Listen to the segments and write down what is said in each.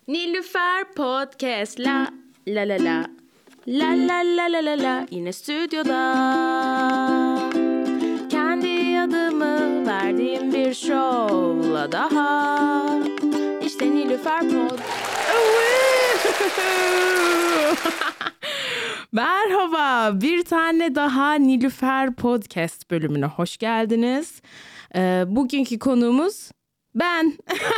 Nilüfer Podcast la la la la la la la la la la yine stüdyoda. Kendi adımı verdiğim bir şovla daha. İşte Nilüfer Pod. Merhaba, bir tane daha Nilüfer Podcast bölümüne hoş geldiniz. Bugünkü konuğumuz ben.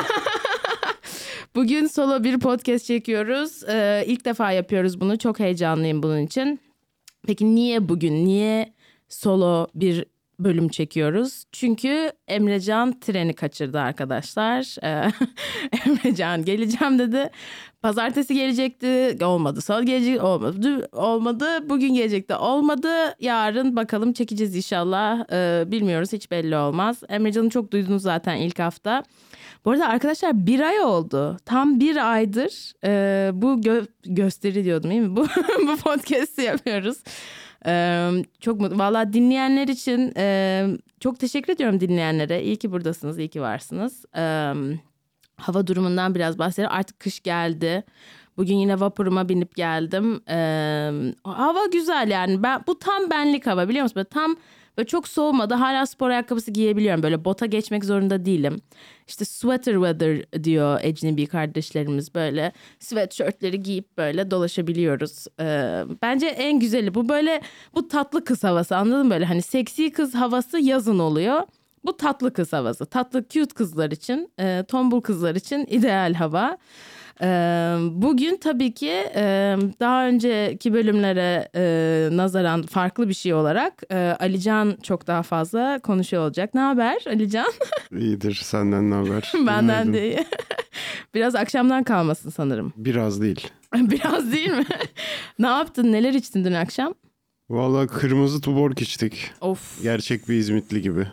Bugün solo bir podcast çekiyoruz. İlk defa yapıyoruz bunu. Çok heyecanlıyım bunun için. Peki niye solo bir bölüm çekiyoruz? Çünkü Emrecan treni kaçırdı arkadaşlar. Emrecan geleceğim dedi. Pazartesi gelecekti. Olmadı. Salı gelecek. Olmadı. Bugün gelecekti. Olmadı. Yarın bakalım çekeceğiz inşallah. Bilmiyoruz. Hiç belli olmaz. Emrecan'ı çok duydunuz zaten ilk hafta. Bu arada arkadaşlar 1 ay oldu. Tam 1 aydır bu gösteri diyordum değil mi? Bu podcast'i yapıyoruz. Çok mutlu. Vallahi dinleyenler için çok teşekkür ediyorum dinleyenlere. İyi ki buradasınız, iyi ki varsınız. Hava durumundan biraz bahsedelim. Artık kış geldi. Bugün yine vapuruma binip geldim. Hava güzel yani. Bu tam benlik hava, biliyor musun? Böyle çok soğumadı. Hala spor ayakkabısı giyebiliyorum. Böyle bota geçmek zorunda değilim. İşte sweater weather diyor ecnebi kardeşlerimiz. Böyle sweatshirtleri giyip böyle dolaşabiliyoruz. Bence en güzeli bu, böyle bu tatlı kız havası, anladın mı? Böyle hani seksi kız havası yazın oluyor. Bu tatlı kız havası. Tatlı cute kızlar için, tombul kızlar için ideal hava. Bugün tabii ki daha önceki bölümlere nazaran farklı bir şey olarak Alican çok daha fazla konuşuyor olacak. Ne haber Alican? İyidir, senden ne haber? Benden de iyi. Biraz akşamdan kalmasın sanırım. Biraz değil. Biraz değil mi? Ne yaptın? Neler içtin dün akşam? Vallahi kırmızı Tuborg içtik. Of. Gerçek bir İzmitli gibi.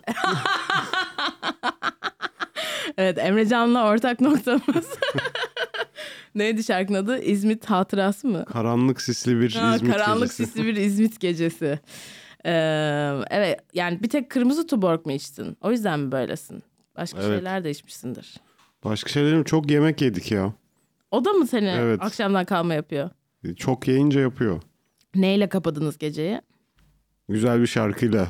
Evet, Emrecan'la ortak noktamız. Neydi şarkının adı? İzmit Hatırası mı? Karanlık sisli bir İzmit karanlık gecesi. sisli bir İzmit gecesi. Evet, yani bir tek kırmızı Tuborg mu içtin? O yüzden mi böylesin? Başka şeyler de içmişsindir. Başka şeylerim, çok yemek yedik ya. O da mı seni Evet. akşamdan kalma yapıyor? Çok yiyince yapıyor. Neyle kapadınız geceyi? Güzel bir şarkıyla.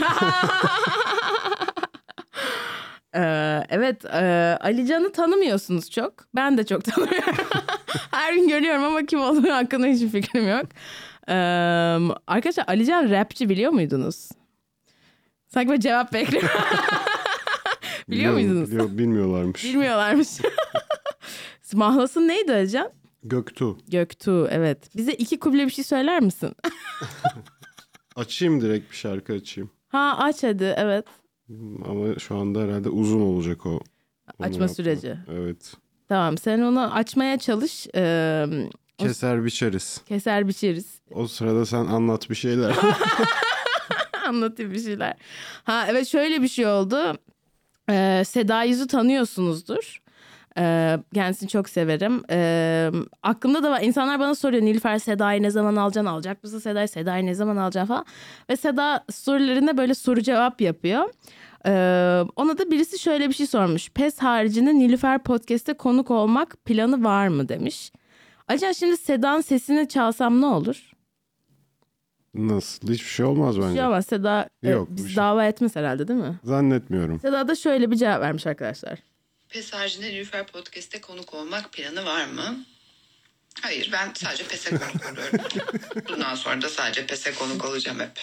Evet, Alican'ı tanımıyorsunuz çok. Ben de çok tanımıyorum. Her gün görüyorum ama kim olduğu hakkında hiçbir fikrim yok. Arkadaşlar, Alican rapçi, biliyor muydunuz? Sanki böyle cevap bekliyorum. Biliyor muydunuz? Bilmiyorlarmış. Bilmiyorlarmış. Mahlasın neydi Alican? Göktuğ. Göktuğ, evet. Bize 2 kuble bir şey söyler misin? Açayım, direkt bir şarkı açayım. Ha, aç hadi, evet. Ama şu anda herhalde uzun olacak o. Açma süreci. Evet. Tamam, sen onu açmaya çalış. Keser biçeriz. Keser biçeriz. O sırada sen anlat bir şeyler. Anlatayım bir şeyler. Ha evet, şöyle bir şey oldu. Seda Yüz'ü tanıyorsunuzdur. Kendisini çok severim. Aklımda da var. İnsanlar bana soruyor, Nilüfer Seda'yı ne zaman alacaksın? Alacak mısın Seda'yı ne zaman alacaksın falan. Ve Seda storylerinde böyle soru cevap yapıyor. Ona da birisi şöyle bir şey sormuş. PES haricinde Nilüfer Podcast'te konuk olmak planı var mı demiş. Acaba şimdi Seda'nın sesini çalsam ne olur? Nasıl? Hiçbir şey olmaz bence. Bir şey olmaz. Seda biz dava etmez herhalde, değil mi? Zannetmiyorum. Seda da şöyle bir cevap vermiş arkadaşlar. PES haricinde Nilüfer Podcast'te konuk olmak planı var mı? Hayır, ben sadece PES'e konuk oluyorum. Bundan sonra da sadece PES'e konuk olacağım hep.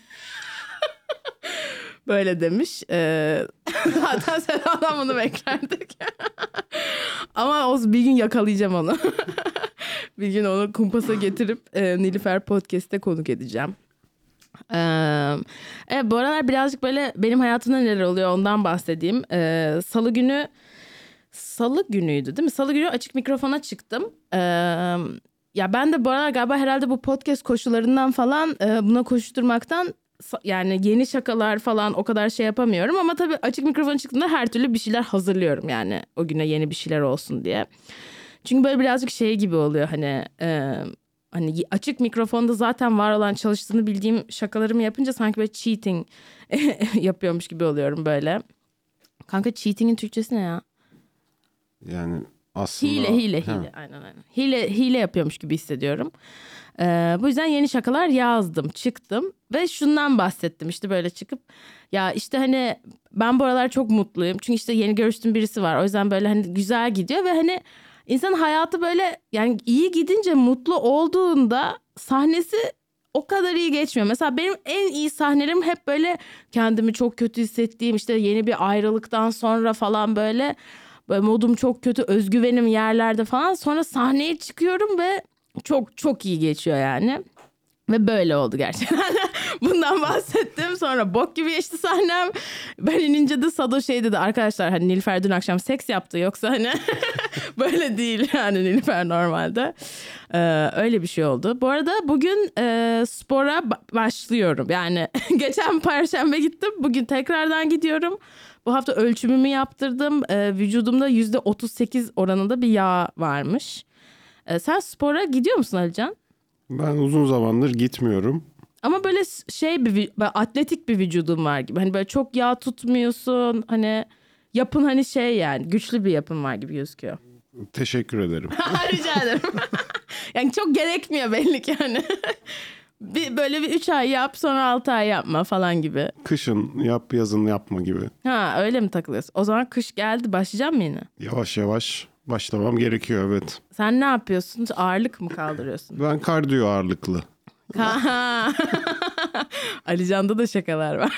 Böyle demiş. Zaten Seda'dan bunu beklerdik. Ama bir gün yakalayacağım onu. Bir gün onu kumpasa getirip Nilüfer Podcast'te konuk edeceğim. Evet, bu aralar birazcık böyle benim hayatımda neler oluyor ondan bahsedeyim. Salı günüydü değil mi? Salı günü açık mikrofona çıktım. Ya ben de bu aralar galiba herhalde bu podcast koşularından falan buna koşturmaktan yani yeni şakalar falan o kadar şey yapamıyorum. Ama tabii açık mikrofona çıktığımda her türlü bir şeyler hazırlıyorum yani o güne yeni bir şeyler olsun diye. Çünkü böyle birazcık şey gibi oluyor hani açık mikrofonda zaten var olan çalıştığını bildiğim şakalarımı yapınca sanki böyle cheating yapıyormuş gibi oluyorum böyle. Kanka, cheating'in Türkçesi ne ya? Yani aslında. Hile. Ha. Aynen. Hile yapıyormuş gibi hissediyorum. Bu yüzden yeni şakalar yazdım, çıktım ve şundan bahsettim işte böyle çıkıp ya işte hani ben bu aralar çok mutluyum çünkü işte yeni görüştüğüm birisi var, o yüzden böyle hani güzel gidiyor ve hani insan hayatı böyle yani iyi gidince, mutlu olduğunda sahnesi o kadar iyi geçmiyor. Mesela benim en iyi sahnelerim hep böyle kendimi çok kötü hissettiğim, işte yeni bir ayrılıktan sonra falan böyle modum çok kötü, özgüvenim yerlerde falan, sonra sahneye çıkıyorum ve çok çok iyi geçiyor yani. Ve böyle oldu gerçekten. Bundan bahsettim. Sonra bok gibi geçti sahnem. Ben inince de Sado şey dedi. Arkadaşlar hani Nilüfer dün akşam seks yaptı. Yoksa hani böyle değil yani Nilüfer normalde. Öyle bir şey oldu. Bu arada bugün spora başlıyorum. Yani geçen Perşembe gittim. Bugün tekrardan gidiyorum. Bu hafta ölçümümü yaptırdım. Vücudumda %38 oranında bir yağ varmış. Sen spora gidiyor musun Alican? Ben uzun zamandır gitmiyorum. Ama böyle böyle atletik bir vücudun var gibi. Hani böyle çok yağ tutmuyorsun. Hani yapın hani şey yani güçlü bir yapın var gibi gözüküyor. Teşekkür ederim. Rica ederim. Yani çok gerekmiyor belli ki hani. Böyle bir 3 ay yap sonra 6 ay yapma falan gibi. Kışın yap, yazın yapma gibi. Ha, öyle mi takılıyorsun? O zaman kış geldi, başlayacağım mı yine? Yavaş yavaş başlamam gerekiyor, evet. Sen ne yapıyorsun? Ağırlık mı kaldırıyorsun? Ben kardiyo ağırlıklı. Alican'da da şakalar var.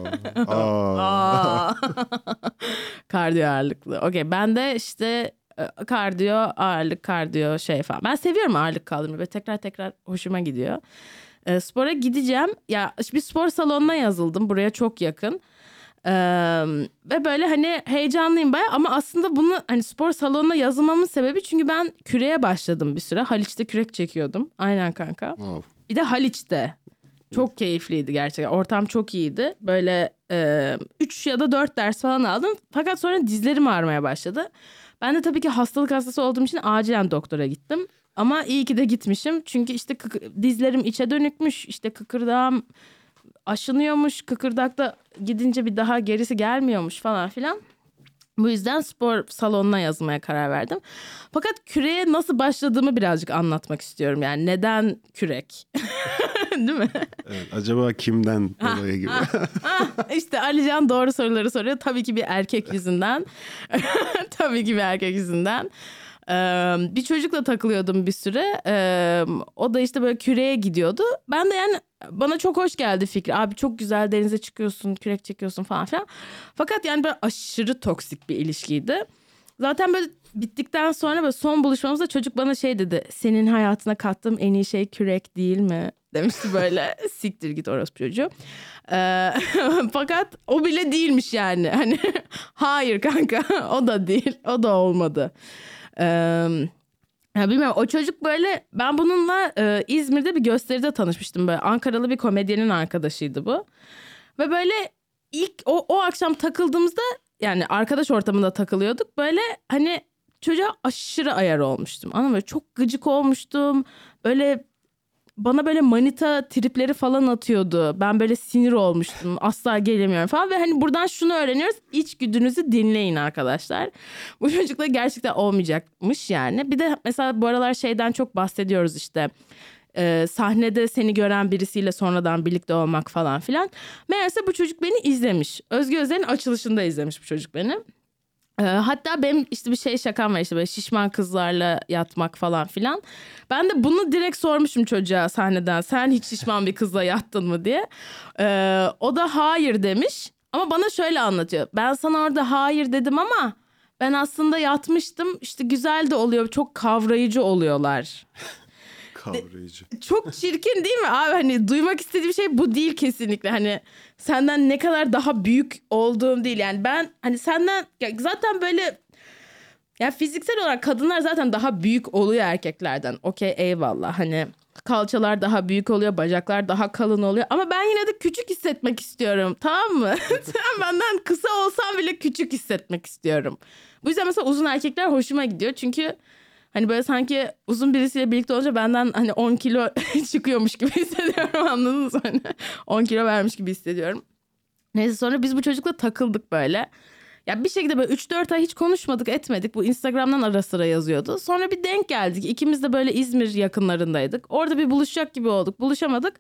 Kardiyo ağırlıklı. Okey, ben de işte kardiyo ağırlık, kardiyo şey falan. Ben seviyorum ağırlık kaldırmayı. Böyle tekrar hoşuma gidiyor. Spora gideceğim. Ya bir spor salonuna yazıldım. Buraya çok yakın. Ve böyle hani heyecanlıyım bayağı, ama aslında bunu hani spor salonuna yazılmamın sebebi çünkü ben küreğe başladım bir süre. Haliç'te kürek çekiyordum. Aynen kanka. Wow. Bir de Haliç'te. Çok keyifliydi gerçekten. Ortam çok iyiydi. Böyle 3 ya da 4 ders falan aldım. Fakat sonra dizlerim ağrımaya başladı. Ben de tabii ki hastalık hastası olduğum için acilen doktora gittim. Ama iyi ki de gitmişim. Çünkü işte dizlerim içe dönükmüş. İşte kıkırdağım aşınıyormuş. Kıkırdakta gidince bir daha gerisi gelmiyormuş falan filan. Bu yüzden spor salonuna yazmaya karar verdim. Fakat küreğe nasıl başladığımı birazcık anlatmak istiyorum. Yani neden kürek? Değil mi? Evet, acaba kimden dolayı gibi? İşte Alican doğru soruları soruyor. Tabii ki bir erkek yüzünden. Tabii ki bir erkek yüzünden. Bir çocukla takılıyordum bir süre. O da işte böyle küreğe gidiyordu. Ben de yani bana çok hoş geldi fikri. Abi çok güzel, denize çıkıyorsun, kürek çekiyorsun falan filan. Fakat yani böyle aşırı toksik bir ilişkiydi. Zaten böyle bittikten sonra böyle son buluşmamızda çocuk bana şey dedi. Senin hayatına kattığım en iyi şey kürek değil mi? Demişti böyle. Siktir git orospu çocuğu. Fakat o bile değilmiş yani. Hani hayır kanka, o da değil. O da olmadı. Ya bilmiyorum, o çocuk böyle, ben bununla İzmir'de bir gösteride tanışmıştım, böyle Ankaralı bir komedyenin arkadaşıydı bu ve böyle ilk o akşam takıldığımızda, yani arkadaş ortamında takılıyorduk, böyle hani çocuğa aşırı ayar olmuştum, anladın mı? Çok gıcık olmuştum, böyle bana böyle manita tripleri falan atıyordu. Ben böyle sinir olmuştum. Asla gelemiyorum falan. Ve hani buradan şunu öğreniyoruz. İçgüdünüzü dinleyin arkadaşlar. Bu çocukla gerçekten olmayacakmış yani. Bir de mesela bu aralar şeyden çok bahsediyoruz işte. Sahnede seni gören birisiyle sonradan birlikte olmak falan filan. Meğerse bu çocuk beni izlemiş. Özge Özel'in açılışında izlemiş bu çocuk beni. Hatta benim işte bir şey şakam var, işte böyle şişman kızlarla yatmak falan filan. Ben de bunu direkt sormuşum çocuğa sahneden. Sen hiç şişman bir kızla yattın mı diye. O da hayır demiş. Ama bana şöyle anlatıyor. Ben sana orada hayır dedim ama ben aslında yatmıştım. İşte güzel de oluyor. Çok kavrayıcı oluyorlar. Kavrayıcı. Çok çirkin değil mi abi? Hani duymak istediğim şey bu değil kesinlikle. Hani senden ne kadar daha büyük olduğum değil. Yani ben hani senden zaten böyle, ya fiziksel olarak kadınlar zaten daha büyük oluyor erkeklerden. Okey, eyvallah. Hani kalçalar daha büyük oluyor, bacaklar daha kalın oluyor. Ama ben yine de küçük hissetmek istiyorum. Tamam mı? Sen benden kısa olsan bile küçük hissetmek istiyorum. Bu yüzden mesela uzun erkekler hoşuma gidiyor. Çünkü hani böyle sanki uzun birisiyle birlikte olunca benden hani 10 kilo çıkıyormuş gibi hissediyorum, anladınız mı? Hani 10 kilo vermiş gibi hissediyorum. Neyse, sonra biz bu çocukla takıldık böyle. Ya bir şekilde böyle 3-4 ay hiç konuşmadık etmedik. Bu Instagram'dan ara sıra yazıyordu. Sonra bir denk geldik. İkimiz de böyle İzmir yakınlarındaydık. Orada bir buluşacak gibi olduk. Buluşamadık.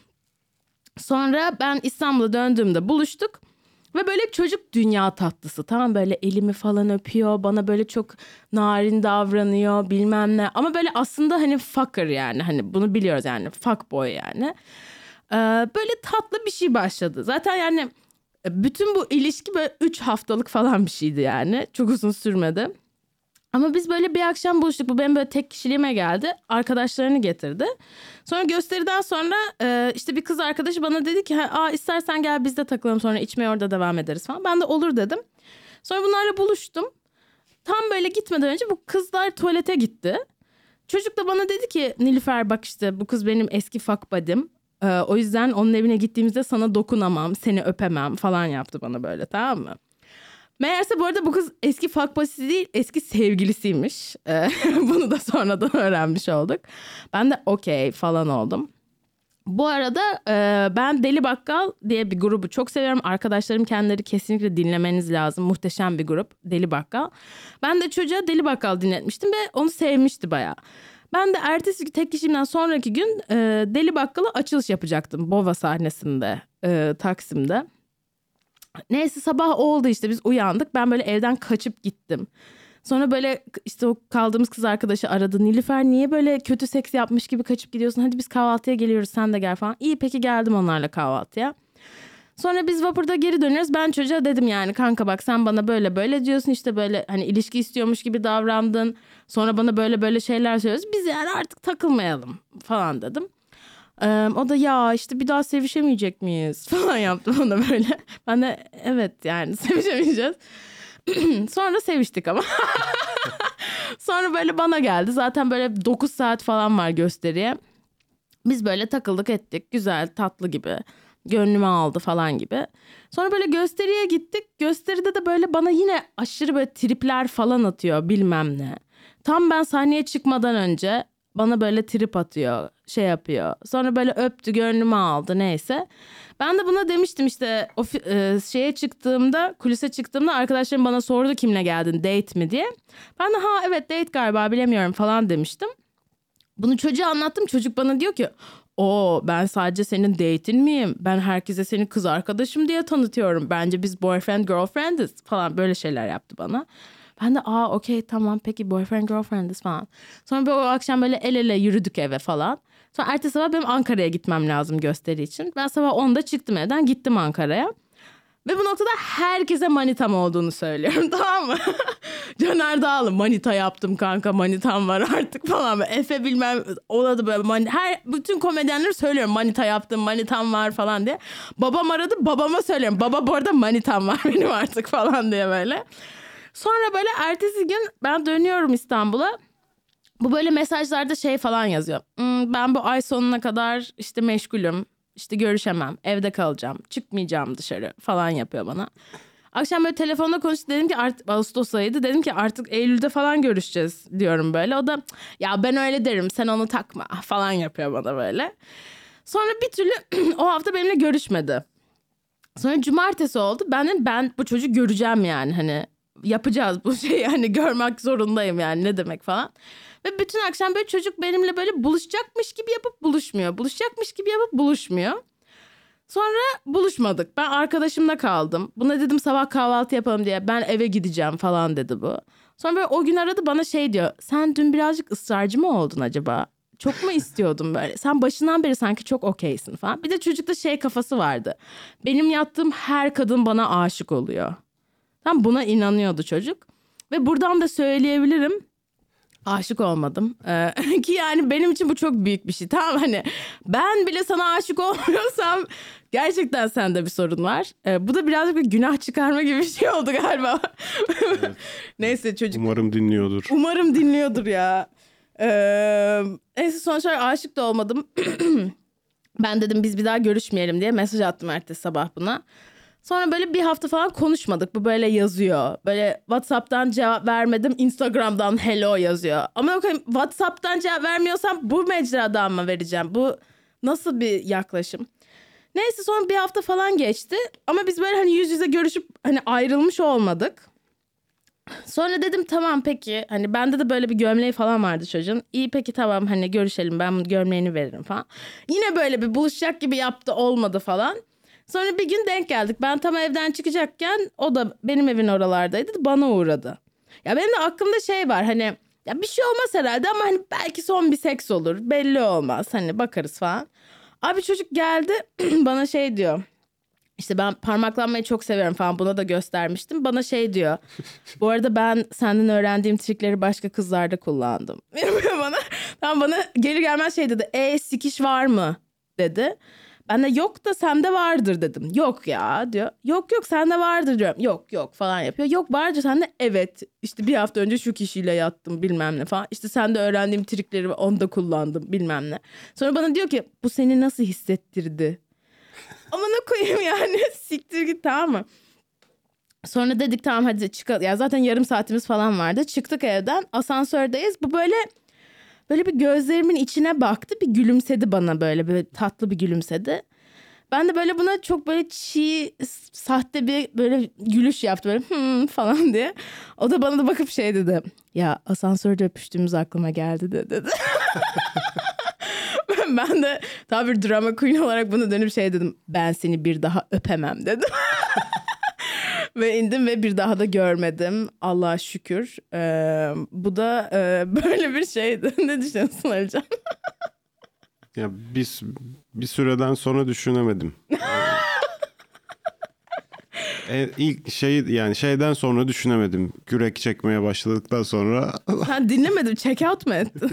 Sonra ben İstanbul'a döndüğümde buluştuk. Ve böyle çocuk dünya tatlısı, tamam, böyle elimi falan öpüyor, bana böyle çok narin davranıyor bilmem ne. Ama böyle aslında hani fucker, yani hani bunu biliyoruz, yani fuckboy yani. Böyle tatlı bir şey başladı. Zaten yani bütün bu ilişki böyle 3 haftalık falan bir şeydi yani. Çok uzun sürmedi. Ama biz böyle bir akşam buluştuk. Bu benim böyle tek kişiliğime geldi. Arkadaşlarını getirdi. Sonra gösteriden sonra işte bir kız arkadaşı bana dedi ki istersen gel biz de takılalım, sonra içmeye orada devam ederiz falan. Ben de olur dedim. Sonra bunlarla buluştum. Tam böyle gitmeden önce bu kızlar tuvalete gitti. Çocuk da bana dedi ki Nilüfer bak işte bu kız benim eski fuck buddy'm. O yüzden onun evine gittiğimizde sana dokunamam, seni öpemem falan yaptı bana böyle, tamam mı? Meğerse bu arada bu kız eski fuck buddy'si değil, eski sevgilisiymiş. Bunu da sonradan öğrenmiş olduk. Ben de okey falan oldum. Bu arada ben Deli Bakkal diye bir grubu çok seviyorum. Arkadaşlarım kendileri kesinlikle dinlemeniz lazım. Muhteşem bir grup Deli Bakkal. Ben de çocuğa Deli Bakkal dinletmiştim ve onu sevmişti bayağı. Ben de ertesi tek kişimden sonraki gün Deli Bakkal'a açılış yapacaktım. Bova sahnesinde, Taksim'de. Neyse sabah oldu işte, biz uyandık. Ben böyle evden kaçıp gittim. Sonra böyle işte o kaldığımız kız arkadaşı aradı. Nilüfer niye böyle kötü seks yapmış gibi kaçıp gidiyorsun? Hadi biz kahvaltıya geliyoruz, sen de gel falan. İyi peki, geldim onlarla kahvaltıya. Sonra biz vapurda geri dönüyoruz. Ben çocuğa dedim yani kanka bak sen bana böyle böyle diyorsun, işte böyle hani ilişki istiyormuş gibi davrandın. Sonra bana böyle böyle şeyler söylüyorsun. Biz yani artık takılmayalım falan dedim. O da ya işte bir daha sevişemeyecek miyiz falan yaptı bana böyle. Ben de evet yani sevişemeyeceğiz. Sonra seviştik ama. Sonra böyle bana geldi. Zaten böyle 9 saat falan var gösteriye. Biz böyle takıldık ettik. Güzel, tatlı gibi. Gönlümü aldı falan gibi. Sonra böyle gösteriye gittik. Gösteride de böyle bana yine aşırı böyle tripler falan atıyor bilmem ne. Tam ben sahneye çıkmadan önce bana böyle trip atıyor, şey yapıyor. Sonra böyle öptü, gönlümü aldı, neyse. Ben de buna demiştim işte şeye çıktığımda, kulise çıktığımda arkadaşlarım bana sordu kimle geldin, date mi diye. Ben de evet date galiba, bilemiyorum falan demiştim. Bunu çocuğa anlattım, çocuk bana diyor ki ben sadece senin date'in miyim? Ben herkese seni kız arkadaşım diye tanıtıyorum. Bence biz boyfriend girlfriendiz falan, böyle şeyler yaptı bana. Ben de okey tamam peki boyfriend girlfriendiz falan. Sonra o akşam böyle el ele yürüdük eve falan. Sonra ertesi sabah benim Ankara'ya gitmem lazım gösteri için. Ben sabah 10'da çıktım evden, gittim Ankara'ya. Ve bu noktada herkese manitam olduğunu söylüyorum, tamam mı? Caner Dağlı manita yaptım kanka, manitam var artık falan. Efe bilmem ona da böyle bütün komedyenleri söylüyorum manita yaptım, manitam var falan diye. Babam aradı, babama söylüyorum. Baba bu arada manitam var benim artık falan diye böyle. Sonra böyle ertesi gün ben dönüyorum İstanbul'a. Bu böyle mesajlarda şey falan yazıyor. Ben bu ay sonuna kadar işte meşgulüm. İşte görüşemem, evde kalacağım, çıkmayacağım dışarı falan yapıyor bana. Akşam böyle telefonda konuştuk, dedim ki artık Ağustos ayıydı. Dedim ki artık Eylül'de falan görüşeceğiz diyorum böyle. O da ya ben öyle derim, sen onu takma falan yapıyor bana böyle. Sonra bir türlü o hafta benimle görüşmedi. Sonra cumartesi oldu. Ben bu çocuğu göreceğim yani, hani yapacağız bu şeyi, hani görmek zorundayım yani, ne demek falan. Ve bütün akşam böyle çocuk benimle böyle buluşacakmış gibi yapıp buluşmuyor. Buluşacakmış gibi yapıp buluşmuyor. Sonra buluşmadık. Ben arkadaşımla kaldım. Buna dedim sabah kahvaltı yapalım diye. Ben eve gideceğim falan dedi bu. Sonra böyle o gün aradı, bana şey diyor. Sen dün birazcık ısrarcı mı oldun acaba? Çok mu istiyordun böyle? Sen başından beri sanki çok okeysin falan. Bir de çocukta şey kafası vardı. Benim yattığım her kadın bana aşık oluyor. Tam buna inanıyordu çocuk. Ve buradan da söyleyebilirim. Aşık olmadım. Ki yani benim için bu çok büyük bir şey. Tamam, hani ben bile sana aşık olmuyorsam gerçekten sende bir sorun var. Bu da birazcık bir günah çıkarma gibi bir şey oldu galiba. Evet. Neyse çocuk. Umarım dinliyordur. Umarım dinliyordur ya. Neyse sonuçta aşık da olmadım. Ben dedim biz bir daha görüşmeyelim diye mesaj attım ertesi sabah buna. Sonra böyle bir hafta falan konuşmadık. Bu böyle yazıyor. Böyle WhatsApp'tan cevap vermedim. Instagram'dan hello yazıyor. Ama WhatsApp'tan cevap vermiyorsam bu mecradan mı vereceğim? Bu nasıl bir yaklaşım? Neyse sonra bir hafta falan geçti. Ama biz böyle hani yüz yüze görüşüp hani ayrılmış olmadık. Sonra dedim tamam peki. Hani bende de böyle bir gömleği falan vardı çocuğun. İyi peki tamam hani görüşelim, ben bunun gömleğini veririm falan. Yine böyle bir buluşacak gibi yaptı, olmadı falan. Sonra bir gün denk geldik. Ben tam evden çıkacakken o da benim evin oralardaydı. Bana uğradı. Ya benim de aklımda şey var hani ya bir şey olmaz herhalde ama hani belki son bir seks olur. Belli olmaz hani bakarız falan. Abi çocuk geldi bana şey diyor. İşte ben parmaklanmayı çok seviyorum falan, buna da göstermiştim. Bana şey diyor. Bu arada ben senden öğrendiğim trikleri başka kızlarda kullandım. bana, tam bana gelir gelmez şey dedi. Sikiş var mı dedi. Ben de yok da sende vardır dedim. Yok ya diyor. Yok sende vardır diyorum. Yok falan yapıyor. Yok vardır sende, evet. İşte bir hafta önce şu kişiyle yattım bilmem ne falan. İşte sende öğrendiğim trikleri onda kullandım bilmem ne. Sonra bana diyor ki bu seni nasıl hissettirdi? Amına koyayım yani siktir git, tamam mı? Sonra dedik tamam hadi çıkalım. Ya zaten yarım saatimiz falan vardı. Çıktık evden, asansördeyiz. Bu böyle bir gözlerimin içine baktı, bir gülümsedi bana, böyle tatlı bir gülümsedi. Ben de böyle buna çok böyle çiğ sahte bir böyle gülüş yaptı böyle falan diye. O da bana da bakıp şey dedi. Ya asansörde öpüştüğümüz aklıma geldi dedi. Ben de tabii bir drama queen olarak bunu dönüp şey dedim. Ben seni bir daha öpemem dedim. Ve indim ve bir daha da görmedim. Allah'a şükür. Bu da böyle bir şeydi. Ne düşünüyorsun Alican? Ya bir süreden sonra düşünemedim. İlk yani şeyden sonra düşünemedim. Kürek çekmeye başladıktan sonra. Sen dinlemedin, check out mu ettin?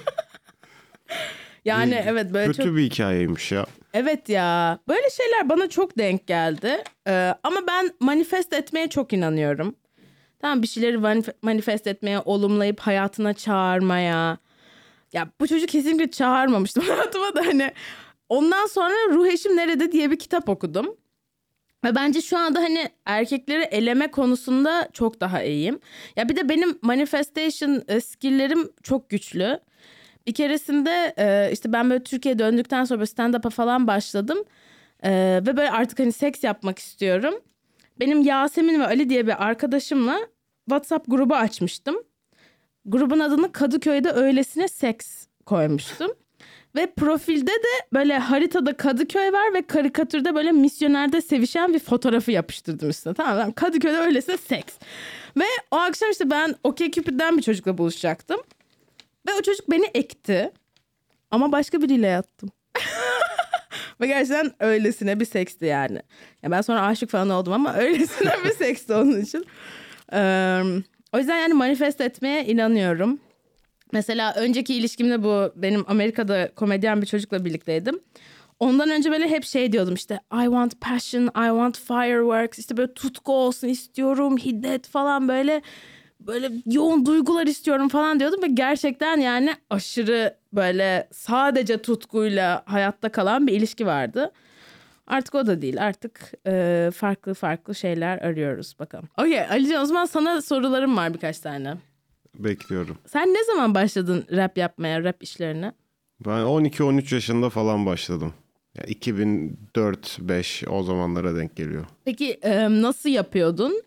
Yani evet böyle kötü çok... bir hikayeymiş ya. Evet ya, böyle şeyler bana çok denk geldi. Ama ben manifest etmeye çok inanıyorum. Tamam, bir şeyleri manifest etmeye, olumlayıp hayatına çağırmaya. Ya bu çocuk kesinlikle çağırmamıştım hayatıma da hani. Ondan sonra Ruh Eşim Nerede diye bir kitap okudum. Ve bence şu anda hani erkekleri eleme konusunda çok daha iyiyim. Ya bir de benim manifestation skill'lerim çok güçlü. Bir keresinde işte ben böyle Türkiye'ye döndükten sonra stand-up'a falan başladım. Ve böyle artık hani seks yapmak istiyorum. Benim Yasemin ve Ali diye bir arkadaşımla WhatsApp grubu açmıştım. Grubun adını Kadıköy'de Öylesine Seks koymuştum. Ve profilde de böyle haritada Kadıköy var ve karikatürde böyle misyonerde sevişen bir fotoğrafı yapıştırdım üstüne. Tamam, Kadıköy'de Öylesine Seks. Ve o akşam işte ben OkCupid'den bir çocukla buluşacaktım. Ve o çocuk beni ekti. Ama başka biriyle yattım. Ve gerçekten öylesine bir seksti yani. Ya ben sonra aşık falan oldum ama öylesine bir seksti onun için. O yüzden yani manifest etmeye inanıyorum. Mesela önceki ilişkimde bu benim Amerika'da komedyen bir çocukla birlikteydim. Ondan önce böyle hep şey diyordum işte I want passion, I want fireworks, işte böyle tutku olsun istiyorum, hiddet falan böyle yoğun duygular istiyorum falan diyordum ve gerçekten yani aşırı böyle sadece tutkuyla hayatta kalan bir ilişki vardı. Artık o da değil, artık farklı şeyler arıyoruz bakalım. Okey Alican, o zaman sana sorularım var birkaç tane. Bekliyorum. Sen ne zaman başladın rap yapmaya, rap işlerine? Ben 12-13 yaşında falan başladım. Ya 2004-5 o zamanlara denk geliyor. Peki nasıl yapıyordun?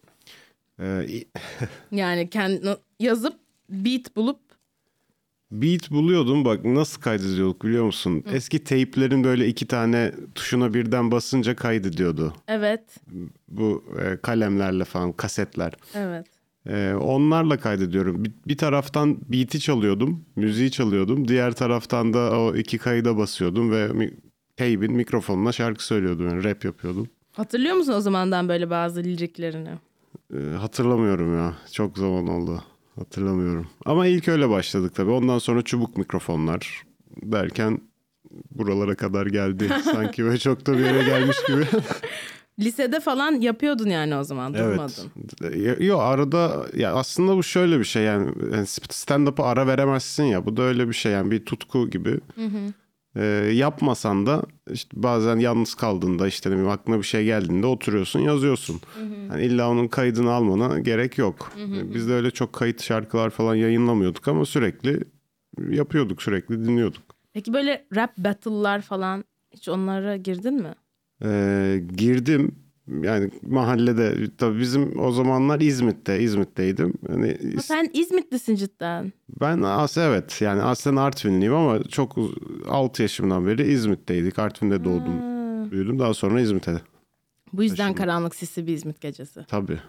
Yani kendi yazıp beat bulup? Beat buluyordum, bak nasıl kaydediyorduk biliyor musun? Eski teyplerin böyle 2 tane tuşuna birden basınca kaydediyordu. Evet. Bu kalemlerle falan, kasetler. Evet. Onlarla kaydediyorum. Bir taraftan beat'i çalıyordum, müziği çalıyordum. Diğer taraftan da o 2 kayıda basıyordum ve teybin mikrofonuna şarkı söylüyordum. Yani rap yapıyordum. Hatırlıyor musun o zamandan böyle bazı liriklerini? Hatırlamıyorum ya. Çok zaman oldu. Hatırlamıyorum. Ama ilk öyle başladık tabii. Ondan sonra çubuk mikrofonlar derken buralara kadar geldi. Sanki böyle çok da bir yere gelmiş gibi. Lisede falan yapıyordun yani o zaman, durmadın. Evet. Yok arada ya aslında bu şöyle bir şey yani stand-up'a ara veremezsin ya. Bu da öyle bir şey yani bir tutku gibi. Yapmasan da işte bazen yalnız kaldığında işte aklına bir şey geldiğinde oturuyorsun yazıyorsun. Yani illa onun kaydını almana gerek yok. Biz de öyle çok kayıt şarkılar falan yayınlamıyorduk ama sürekli yapıyorduk, sürekli dinliyorduk. Peki böyle rap battle'lar falan hiç onlara girdin mi? Girdim. Yani mahallede, tabii bizim o zamanlar İzmit'teydim. Hani Sen İzmitlisin cidden. ben evet yani aslen Artvinliyim ama çok 6 yaşımdan beri İzmit'teydik. Artvin'de doğdum, büyüdüm. Daha sonra İzmit'e. Bu yüzden Taşındım. karanlık sisli bir İzmit gecesi. Tabii.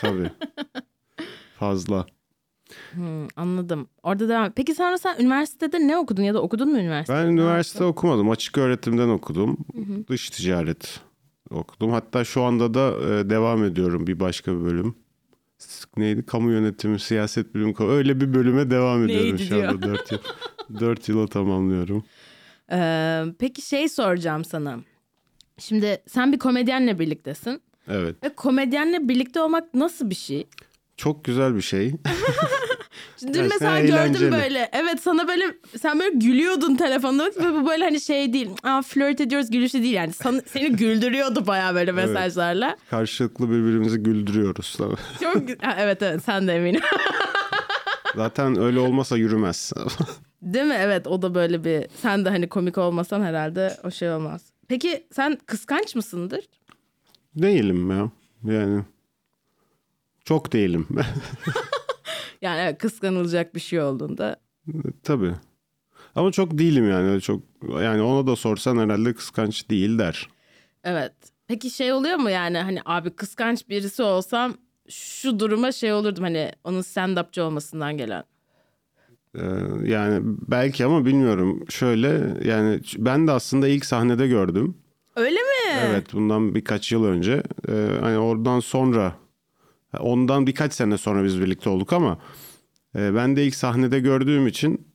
Fazla. Anladım. Orada devam. Peki sonra sen üniversitede ne okudun ya da okudun mu üniversitede? Ben üniversite okumadım. Açık öğretimden okudum. Dış ticaret okudum. Hatta şu anda da devam ediyorum bir başka bir bölüm. Neydi? Kamu yönetimi, siyaset bilimi. Öyle bir bölüme devam ediyorum Neydi şu diyor. anda. 4 yıl. 4 yıla tamamlıyorum. Peki soracağım sana. Şimdi sen bir komedyenle birliktesin. Evet. Ve komedyenle birlikte olmak nasıl bir şey? Çok güzel bir şey. Şimdi dün Gerçekten mesela gördüm eğlenceli. böyle. Evet, sana böyle sen böyle gülüyordun telefonda ve bu böyle hani şey değil. Flört ediyoruz gülüşü değil yani. Seni güldürüyordu bayağı böyle mesajlarla. Karşılıklı birbirimizi güldürüyoruz. Tabii. Çok evet sen de eminim. Zaten öyle olmasa yürümez. Değil mi? Evet, o da böyle bir, sen de hani komik olmasan herhalde o şey olmaz. Peki sen kıskanç mısındır? Değilim ya. Yani çok değilim. Yani evet, kıskanılacak bir şey olduğunda. Tabii. Ama çok değilim yani. Öyle çok, yani ona da sorsan herhalde kıskanç değil der. Evet. Peki oluyor mu yani hani abi kıskanç birisi olsam şu duruma olurdum hani onun stand-upçı olmasından gelen. Yani belki ama bilmiyorum. Şöyle yani ben de aslında ilk sahnede gördüm. Öyle mi? Evet, bundan birkaç yıl önce. Hani oradan sonra, ondan birkaç sene sonra biz birlikte olduk ama ben de ilk sahnede gördüğüm için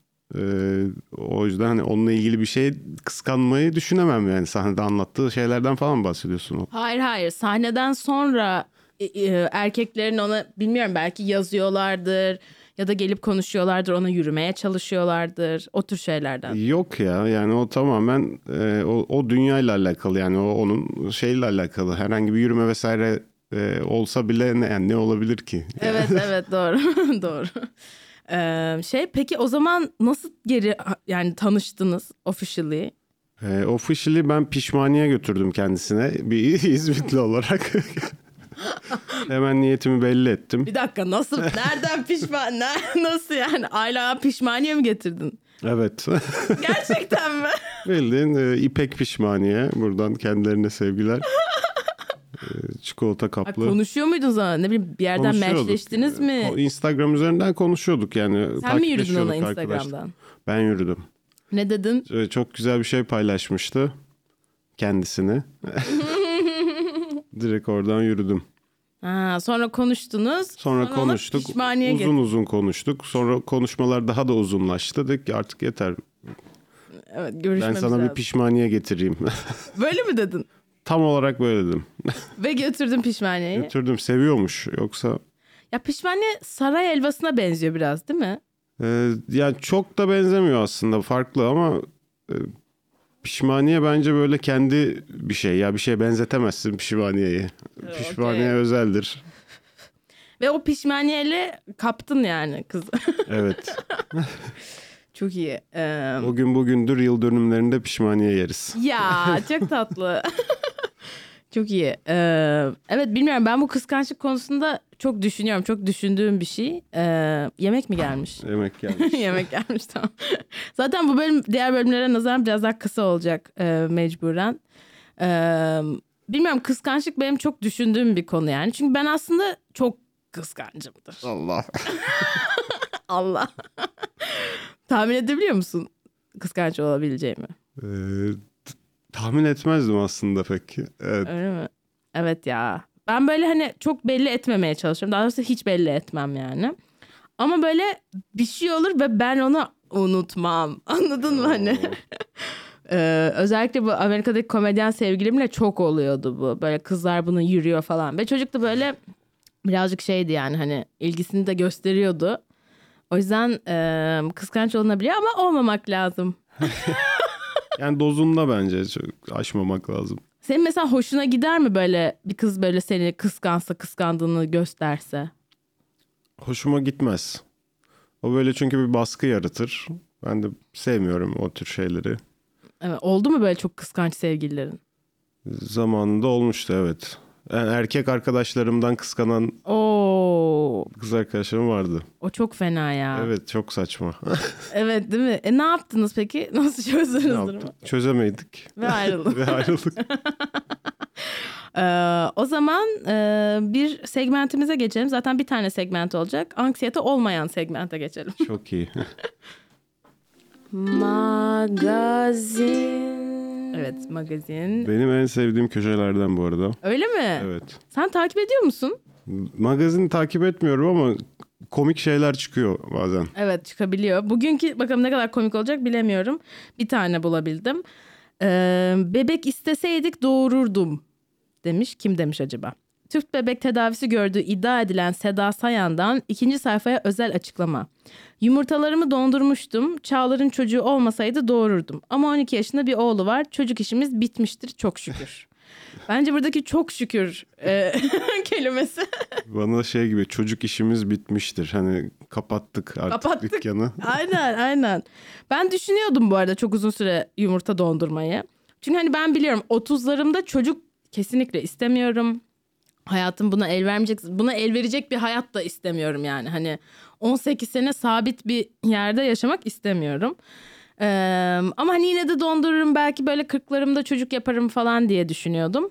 o yüzden hani onunla ilgili bir şey kıskanmayı düşünemem yani. Sahnede anlattığı şeylerden falan bahsediyorsun. Hayır. Sahneden sonra erkeklerin ona bilmiyorum belki yazıyorlardır ya da gelip konuşuyorlardır, ona yürümeye çalışıyorlardır. O tür şeylerden. Yok ya, yani o tamamen o dünyayla alakalı, yani o onun şeyle alakalı. Herhangi bir yürüme vesaire olsa bile yani ne olabilir ki? Evet doğru. Doğru. Peki o zaman nasıl yani tanıştınız officially? Officially ben pişmaniye götürdüm kendisine bir İzmitli olarak. Hemen niyetimi belli ettim. Bir dakika, nasıl, nereden pişman, nasıl yani, ayla pişmaniye mi getirdin? Evet. Gerçekten mi? Bildiğin İpek pişmaniye, buradan kendilerine sevgiler. Çikolata kaplı. Konuşuyor muydunuz ama ne bileyim bir yerden matchleştiniz mi? Instagram üzerinden konuşuyorduk yani. Sen mi yürüdün ona takipleşiyorduk Instagram'dan? arkadaşlar. Ben yürüdüm. Ne dedin? Çok güzel bir şey paylaşmıştı kendisini. Direkt oradan yürüdüm. Sonra konuştunuz. Sonra konuştuk. Uzun konuştuk. Sonra konuşmalar daha da uzunlaştı. Dedik ki artık yeter. Evet, Ben görüşmemiz sana lazım. bir pişmaniye getireyim. Böyle mi dedin? Tam olarak böyle dedim. Ve götürdün pişmaniyeyi. Götürdüm, seviyormuş yoksa. Ya pişmaniye saray helvasına benziyor biraz, değil mi? Yani çok da benzemiyor aslında, farklı ama pişmaniye bence böyle kendi bir şey. Ya bir şeye benzetemezsin pişmaniyeyi. Pişmaniye özeldir. Ve o pişmaniyeyle kaptın yani kızı. Evet. Çok iyi. O gün bugündür yıl dönümlerinde pişmaniye yeriz. Ya çok tatlı. Çok iyi. Evet, bilmiyorum, ben bu kıskançlık konusunda çok düşünüyorum. Çok düşündüğüm bir şey. Yemek mi gelmiş? Yemek gelmiş. Yemek gelmiş, tamam. Zaten bu bölüm diğer bölümlere nazaran biraz daha kısa olacak mecburen. Bilmiyorum, kıskançlık benim çok düşündüğüm bir konu yani. Çünkü ben aslında çok kıskancımdır. Allah. Allah. Tahmin edebiliyor musun kıskanç olabileceğimi? Tahmin etmezdim aslında pek. Evet. Öyle mi? Evet ya. Ben böyle hani çok belli etmemeye çalışıyorum. Daha doğrusu hiç belli etmem yani. Ama böyle bir şey olur ve ben onu unutmam. Anladın mı hani? Özellikle bu Amerika'daki komedyen sevgilimle çok oluyordu bu. Böyle kızlar bunu yürüyor falan. Ve çocuk da böyle birazcık şeydi yani, hani ilgisini de gösteriyordu. O yüzden kıskanç olunabiliyor ama olmamak lazım. Yani dozunda bence, çok aşmamak lazım. Senin mesela hoşuna gider mi böyle bir kız böyle seni kıskansa, kıskandığını gösterse? Hoşuma gitmez. O böyle çünkü bir baskı yaratır. Ben de sevmiyorum o tür şeyleri. Evet, oldu mu böyle çok kıskanç sevgililerin? Zamanında olmuştu, evet. Yani erkek arkadaşlarımdan kıskanan kız arkadaşlarım vardı. O çok fena ya. Evet, çok saçma. Evet, değil mi? Ne yaptınız peki? Nasıl çözdünüz durumu? Çözemedik. Ve ayrıldık. Ve ayrıldık. O zaman bir segmentimize geçelim. Zaten bir tane segment olacak. Anksiyete olmayan segmente geçelim. Çok iyi. Magazin. Evet, magazin. Benim en sevdiğim köşelerden bu arada. Öyle mi? Evet. Sen takip ediyor musun? Magazin takip etmiyorum ama komik şeyler çıkıyor bazen. Evet, çıkabiliyor. Bugünkü bakalım ne kadar komik olacak bilemiyorum. Bir tane bulabildim. Bebek isteseydik doğururdum demiş. Kim demiş acaba? Tüp bebek tedavisi gördüğü iddia edilen Seda Sayan'dan 2. sayfaya özel açıklama. Yumurtalarımı dondurmuştum. Çağlar'ın çocuğu olmasaydı doğururdum. Ama 12 yaşında bir oğlu var. Çocuk işimiz bitmiştir çok şükür. Bence buradaki çok şükür kelimesi. Bana şey gibi, çocuk işimiz bitmiştir. Hani kapattık artık dükkanı. Aynen. Ben düşünüyordum bu arada çok uzun süre yumurta dondurmayı. Çünkü hani ben biliyorum 30'larımda çocuk kesinlikle istemiyorum. Hayatım buna el verecek bir hayat da istemiyorum yani. Hani 18 sene sabit bir yerde yaşamak istemiyorum. Ama hani yine de dondururum, belki böyle 40'larımda çocuk yaparım falan diye düşünüyordum.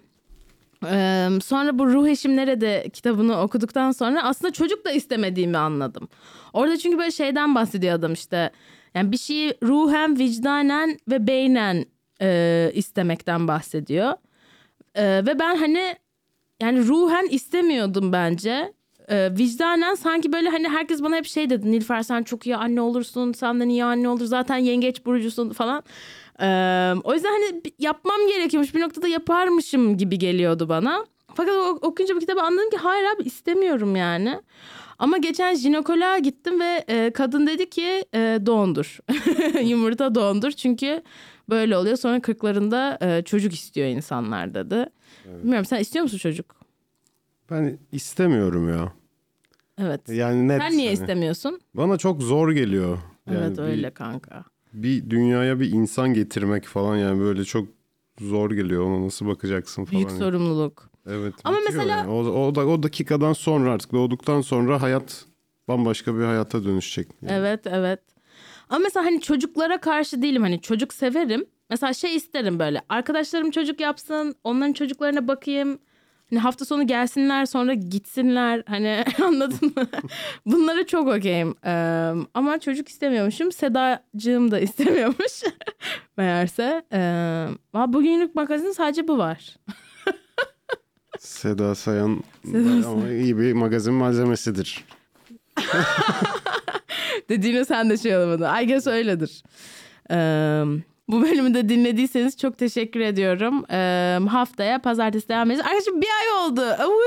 Sonra bu Ruh Eşim Nerede kitabını okuduktan sonra aslında çocuk da istemediğimi anladım. Orada çünkü böyle şeyden bahsediyor adam işte. Yani bir şeyi ruhen, vicdanen ve beynen istemekten bahsediyor. Ve ben hani yani ruhen istemiyordum bence. Vicdanen sanki böyle hani herkes bana hep şey dedi. Nilüfer sen çok iyi anne olursun. Senden iyi anne olur. Zaten yengeç burcusun falan. O yüzden hani yapmam gerekiyormuş. Bir noktada yaparmışım gibi geliyordu bana. Fakat okuyunca bu kitabı anladım ki hayır abi istemiyorum yani. Ama geçen jinekoloğa gittim ve kadın dedi ki dondur. Yumurta dondur. Çünkü böyle oluyor. Sonra 40'larında çocuk istiyor insanlar dedi. Evet. Bilmiyorum, sen istiyor musun çocuk? Ben istemiyorum ya. Evet. Yani net. Sen niye istemiyorsun? Bana çok zor geliyor. Yani evet öyle kanka. Bir dünyaya bir insan getirmek falan yani böyle çok zor geliyor. Ona nasıl bakacaksın falan. Büyük sorumluluk. Evet. Ama mesela yani. O dakikadan sonra artık doğduktan sonra hayat bambaşka bir hayata dönüşecek. Yani. Evet. Ama mesela hani çocuklara karşı değilim. Hani çocuk severim. Mesela şey isterim böyle. Arkadaşlarım çocuk yapsın. Onların çocuklarına bakayım. Hani hafta sonu gelsinler sonra gitsinler. Hani anladın mı? Bunlara çok okeyim. Ama çocuk istemiyormuşum. Sedacığım da istemiyormuş. Meğerse. Bugünlük magazin sadece bu var. Seda Sayan ama iyi bir magazin malzemesidir. Dediğine sen de şey olamadın. I guess öyledir. Bu bölümü de dinlediyseniz çok teşekkür ediyorum. Haftaya pazartesi devam edeceğiz. Arkadaşlar bir ay oldu.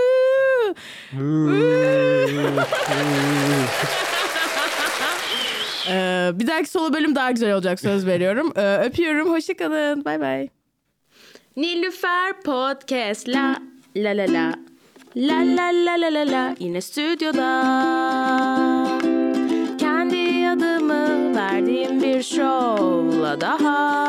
Bir dahaki solo bölüm daha güzel olacak, söz veriyorum. Öpüyorum. Hoşçakalın. Bay bay. Nilüfer Podcast la la la la. La la la la la la. Yine stüdyoda. Kendi adımı verdiğim bir şovla daha.